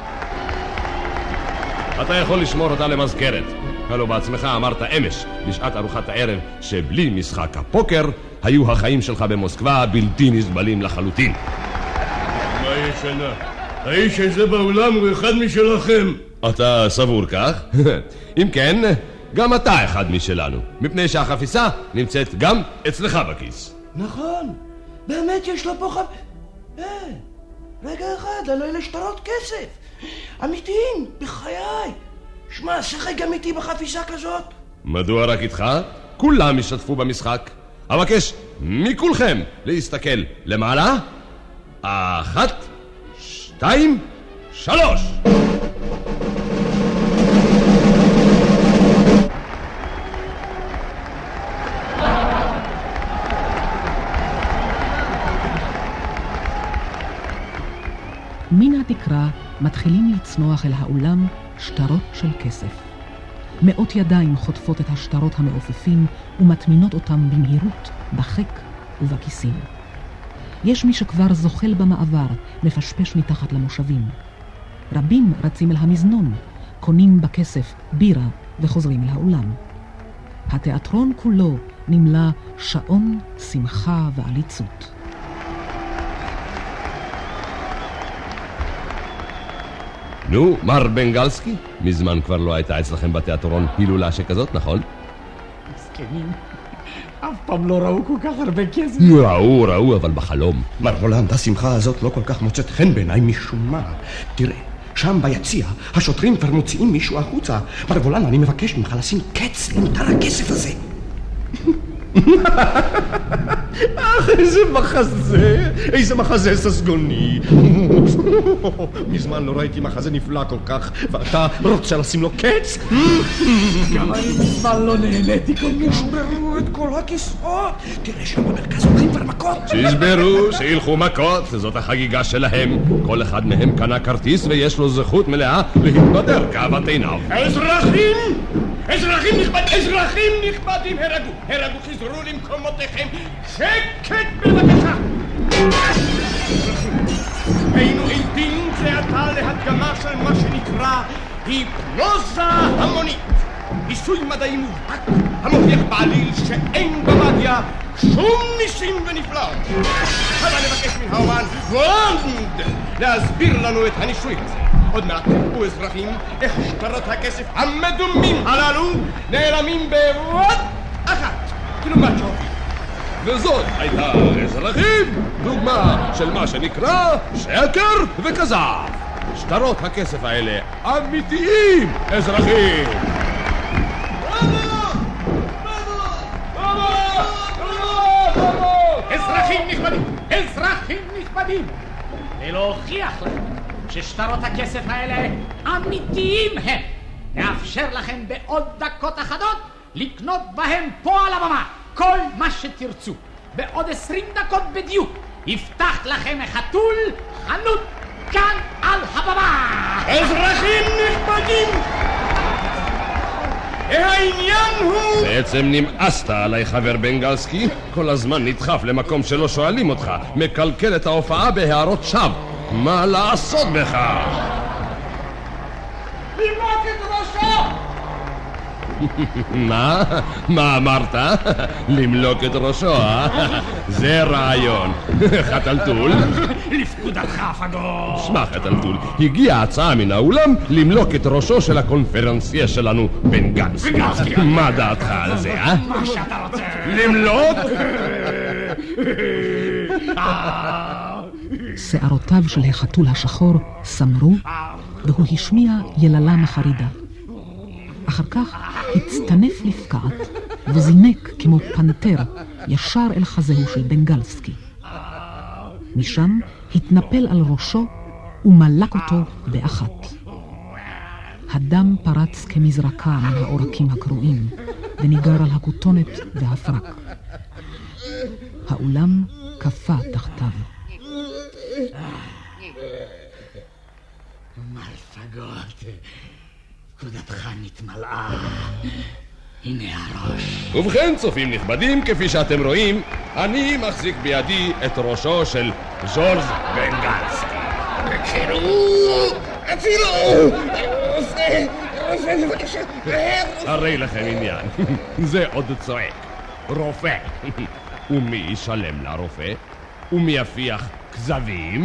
אתה יכול לשמור אותה למזכרת. הלו בעצמך אמרת אמש בשעת ארוחת הערב שבלי משחק הפוקר היו החיים שלך במוסקבה בלתי נסבלים לחלוטין. מה ישנה? האיש הזה בעולם הוא אחד משלכם. אתה סבור כך? אם כן, גם אתה אחד משלנו, מפני שהחפיסה נמצאת גם אצלך בכיס. נכון, באמת יש לו פה רגע אחד, הלוא אלה שטרות כסף אמיתיים, בחיי. שמע, שחק גם איתי בחפיסה כזאת. מדוע רק איתך? כולם ישתפו במשחק. אבקש מכולכם להסתכל למעלה. 1, 2, 3. מן התקרה מתחילים לצנוח אל האולם שטרות של כסף. מאות ידיים חוטפות את השטרות המעופפים ומטמינות אותם במהירות בחק ובכיסים. יש מי שכבר זוחל במעבר, מפשפש מתחת למושבים. רבים רצים אל המזנון, קונים בכסף בירה וחוזרים אל האולם. התיאטרון כולו נמלא שעון, שמחה ועליצות. נו, מר בנגלסקי, מזמן כבר לא הייתה אצלכם בתיאטרון הילולה שכזאת, נכון? מסכנים, אף פעם לא ראו כל כך הרבה כסף. ראו, אבל בחלום. מר וולנד, השמחה הזאת לא כל כך מוצאת חן בעיניי משום מה. תראה, שם ביציע השוטרים כבר מוציאים מישהו החוצה. מר וולנד, אני מבקש ממך לשים קץ למטר הכסף הזה. איזה מחזה ססגוני. מזמן לא ראיתי מחזה נפלא כל כך, ואתה רוצה לשים לו קץ? גם אני מזמן לא נהניתי כל כך. שברו את כל הכיסאות. תראה שם במרכז הולכים כבר מכות. שישברו, שילכו מכות, זאת החגיגה שלהם. כל אחד מהם קנה כרטיס ויש לו זכות מלאה להתבדר כאוות עיניו. אזרחים נכבדים, הרגו, חזרו למקומותיכם. שקט בבקשה. היינו עדים זה עתה להדגמה של מה שנקרא היפנוזה המונית. ניסוי מדעי מובהק המוכיח בעליל שאין במדיה שום ניסים ונפלאות. אבל נבקש מן האומן וולנד להסביר לנו את הניסוי הזה. עוד מעט תראו אזרחים איך שטרות הכסף המדומים הללו נעלמים בבת אחת. כלומר שהופיע. וזאת הייתה אזרחים דוגמה של מה שנקרא שקר וכזב. שטרות הכסף האלה אמיתיים, אזרחים. אזרחים נכבדים, ולהוכיח לכם ששטרות הכסף האלה אמיתיים הם, נאפשר לכם בעוד דקות אחדות לקנות בהם פה על הבמה כל מה שתרצו. בעוד 20 דקות בדיוק יפתח לכם החתול חנות כאן על הבמה. אזרחים נכבדים, העניין הוא... בעצם נמאסת עליי, חבר בנגלסקי. כל הזמן נדחף למקום שלא שואלים אותך, מקלקל את ההופעה בהערות שווא. מה לעשות בך? לימוק את ראשו! מה אמרת? למלוק את ראשו, זה רעיון. חתלתול? לפקודתך, פגור. שמע, חתלתול, הגיעה הצעה מן האולם למלוק את ראשו של הקונפרנסייה שלנו, בנגלסקי. מה דעתך על זה, מה שאתה רוצה. למלוק? שערותיו של החתול השחור סמרו, והוא השמיע יללה מחרידה. אחר כך הצטנף לפקעת וזינק כמו פנתר ישר אל חזהו של בנגלסקי. משם התנפל על ראשו ומלק אותו באחת. הדם פרץ כמזרקה מן העורקים הקרועים וניגר על הכותונת והפרק. האולם קפה תחתיו. מלפגות, פקודתך נתמלאה. הנה הראש. ובכן, צופים נכבדים, כפי שאתם רואים, אני מחזיק בידי את ראשו של ז'ורז' בנגלסקי. הצילו! רופא, בבקשה. הרי לכם עניין. זה עוד צועק. רופא. ומי ישלם לרופא? ומי יפיח כזבים?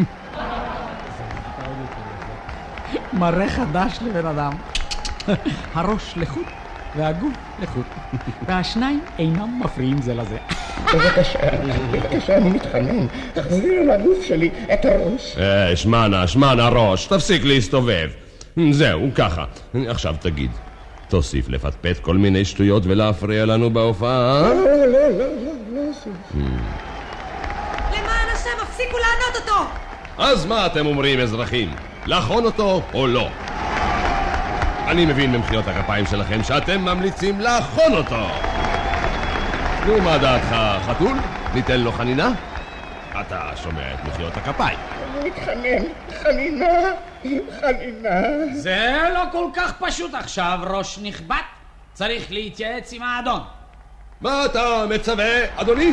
מראה חדש לבן אדם. הראש לחוט והגוף לחוט, והשניים אינם מפריעים זה לזה. בבקשה, אני מתחנן. תחזיר לגוף שלי את הראש. שמענה ראש, תפסיק להסתובב. זהו, ככה. עכשיו תגיד, תוסיף לפטפט כל מיני שטויות ולהפריע לנו בהופעה? לא אוסיף. למען השם, הפסיקו לענות אותו! אז מה אתם אומרים, אזרחים? לחון אותו או לא? אני מבין ממחיאות הכפיים שלכם שאתם ממליצים לחון אותו. נו, מה דעתך, חתול? ניתן לו חנינה? אתה שומע את מחיאות הכפיים. מתחנן, חנינה. זה לא כל כך פשוט עכשיו, ראש נכבד. צריך להתייעץ עם האדון. מה אתה מצווה, אדוני?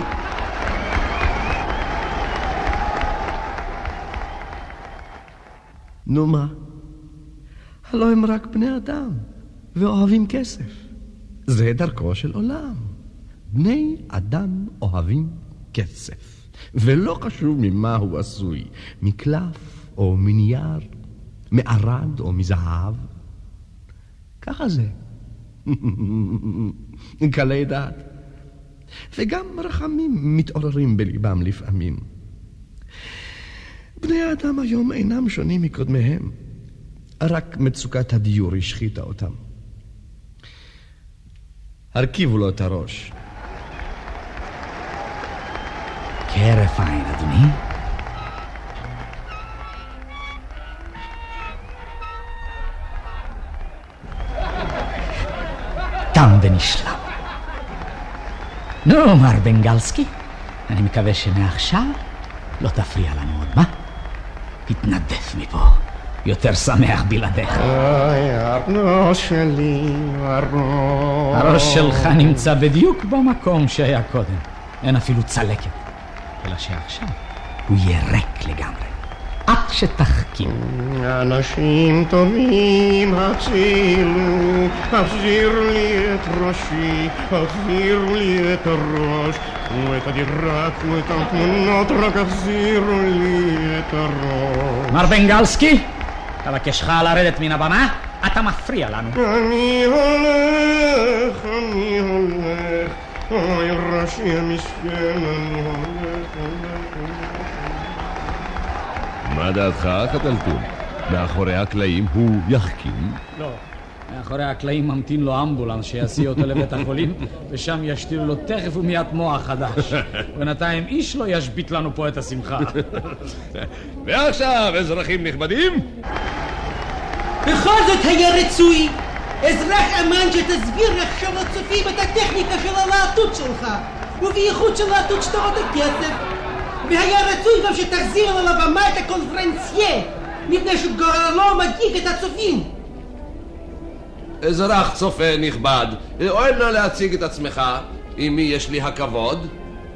נו מה? הלא הם רק בני אדם, ואוהבים כסף. זה דרכו של עולם. בני אדם אוהבים כסף, ולא חשוב ממה הוא עשוי, מקלף או מנייר, מערד או מזהב. ככה זה. קלי דעת. וגם רחמים מתעוררים בליבם לפעמים. בני האדם היום אינם שונים מקודמיהם. רק מצוקת הדיור השחיתה אותם. הרכיבו לו את הראש. כהרף עין, אדוני. תם ונשלם. נו, מר בנגלסקי, אני מקווה שמעכשיו לא תפריע לנו עוד, מה? התנדף מפה. יותר שמח בלעדיך. הראש שלי, הראש. הראש שלך נמצא בדיוק במקום שהיה קודם. אין אפילו צלקת. אלא שעכשיו הוא יהיה ריק לגמרי. עד שתחכים. אנשים טובים, הצילו, החזיר לי את ראשי, החזיר לי את הראש, ואת הדירה, ואת התמונות, רק החזירו לי את הראש. מר בנגלסקי, אבקשך לרדת מן הבמה, אתה מפריע לנו. אני הולך, אוי ראשי המסכן, אני הולך. מה דעתך, חתלתול? מאחורי הקלעים הוא יחכים? לא. מאחורי הקלעים ממתין לו אמבולנס שיסיע אותו לבית החולים, ושם ישתילו לו תכף ומיד מוח חדש. בינתיים איש לא ישבית לנו פה את השמחה. ועכשיו, אזרחים נכבדים? בכל זאת היה רצוי. אזרח אמן שתסביר עכשיו לצופים את הטכניקה של הלהטות שלך, ובייחוד של להטות שטרות הכסף. והיה רצוי גם שתחזיר על הבמה את הקונפרנסייה, מפני שגורלו מדאיג את הצופים. אזרח צופה נכבד, אוהב נא להציג את עצמך, עם מי יש לי הכבוד?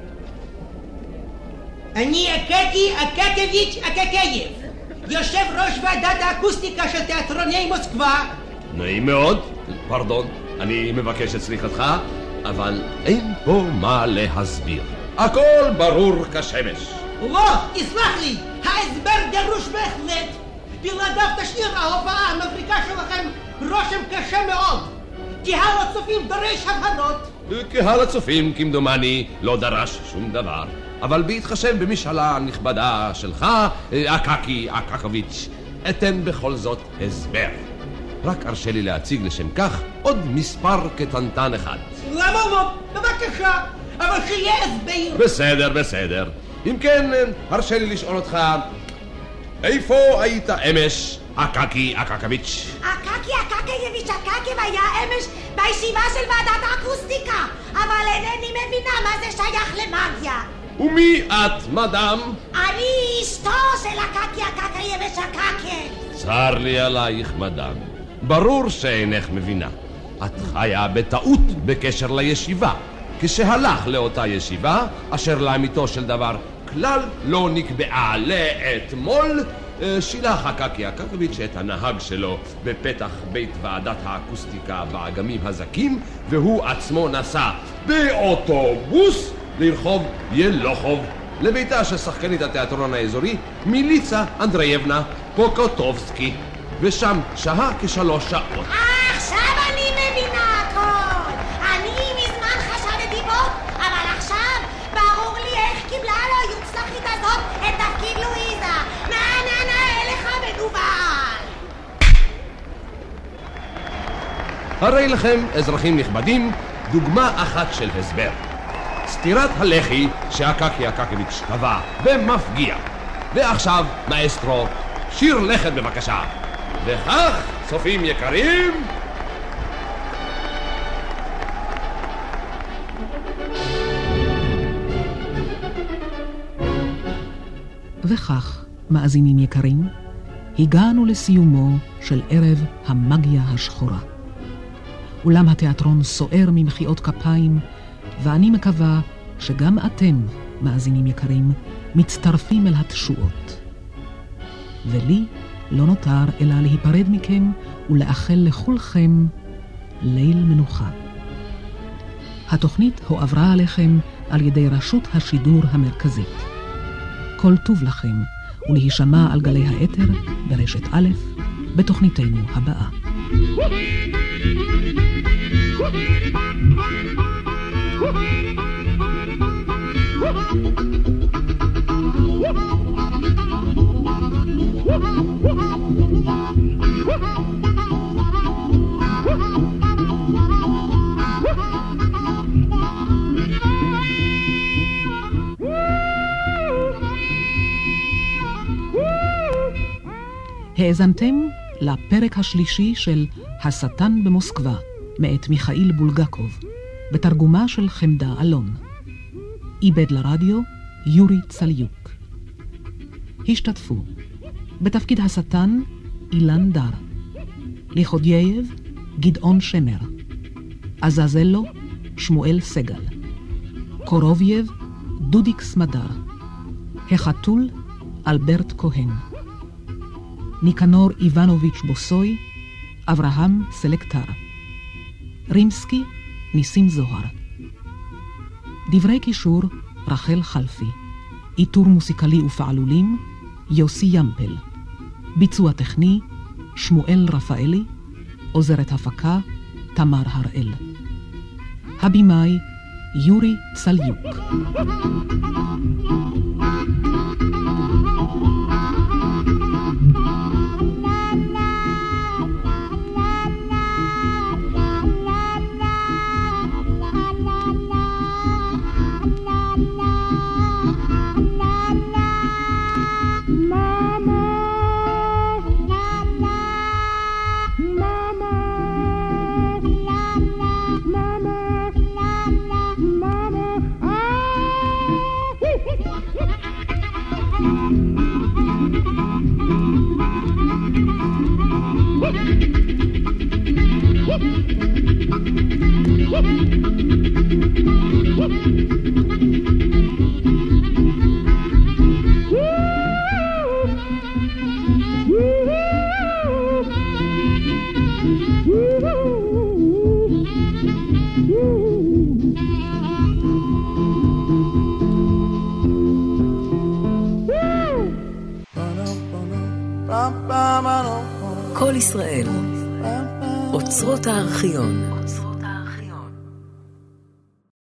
אני אקקי אקקביץ' אקקייב, יושב ראש ועדת האקוסטיקה של תיאטרוני מוסקבה. נעים מאוד, פרדון, אני מבקש את סליחתך, אבל אין פה מה להסביר. הכל ברור כשמש. לא, תסלח לי, ההסבר דרוש בהחלט. בלעדיו תשאיר ההופעה המבריקה שלכם רושם קשה מאוד. קהל הצופים דורש הבהרות. קהל הצופים, כמדומני, לא דרש שום דבר. אבל בהתחשב במשאלה הנכבדה שלך, אקקי אקקוביץ', אתן בכל זאת הסבר. רק הרשה לי להציג לשם כך עוד מספר קטנטן אחד. למה לא? בבקשה, אבל שיהיה הסבר. בסדר. אם כן, הרשה לי לשאול אותך, איפה היית אמש, אקקי אקקוביץ'? אקקי אקקוביץ' היה אמש בישיבה של ועדת האקוסטיקה, אבל אינני מבינה מה זה שייך למאגיה. ומי את, מדאם? אני אשתו של אקקי אקקוביץ'. צר לי עלייך, מדאם. ברור שאינך מבינה. את חיה בטעות בקשר לישיבה. כשהלך לאותה ישיבה, אשר לאמיתו של דבר כלל לא נקבעה לאתמול, שילח אקקי אקקוביץ' את הנהג שלו בפתח בית ועדת האקוסטיקה באגמים הזקים, והוא עצמו נסע באוטובוס לרחוב ילוחוב, לביתה של שחקנית התיאטרון האזורי מיליצה אנדרייבנה פוקוטובסקי, ושם שהה כ3 שעות. עכשיו אני מבינה הכל. אני מזמן חשדתי בו, אבל עכשיו ברור לי איך קיבלה לו יוצלחית הזאת את תפקיד לואיזה. אליך מדובל. הרי לכם, אזרחים נכבדים, דוגמה אחת של הסבר. סתירת הלחי שאקקי אקקוביץ' טבע ומפגיע. ועכשיו, מאסטרו, שיר לכת בבקשה. וכך, צופים יקרים, וכך, מאזינים יקרים, הגענו לסיומו של ערב המגיה השחורה. אולם התיאטרון סוער ממחיאות כפיים, ואני מקווה שגם אתם, מאזינים יקרים, מצטרפים אל התשועות. ולי לא נותר אלא להיפרד מכם ולאחל לכולכם ליל מנוחה. התוכנית הועברה עליכם על ידי רשות השידור המרכזית. כל טוב לכם ולהישמע על גלי האתר ברשת א' בתוכניתנו הבאה. האזנתם לפרק השלישי של השטן במוסקבה, מאת מיכאיל בולגקוב, בתרגומה של חמדה אלון. עיבד לרדיו יורי צליוק. השתתפו בתפקיד השטן אילן דר, ליחודייב גדעון שמר, עזזלו שמואל סגל, קורובייב דודיק סמדר, החתול אלברט כהן, ניקנור איבנוביץ' בוסוי אברהם סלקטר, רימסקי ניסים זוהר. דברי קישור רחל חלפי, איתור מוסיקלי ופעלולים יוסי ימפל, ביצוע טכני שמואל רפאלי, עוזרת הפקה תמר הראל. הבימאי יורי צליוק. Woo-hoo! כל ישראל, אוצרות הארכיון.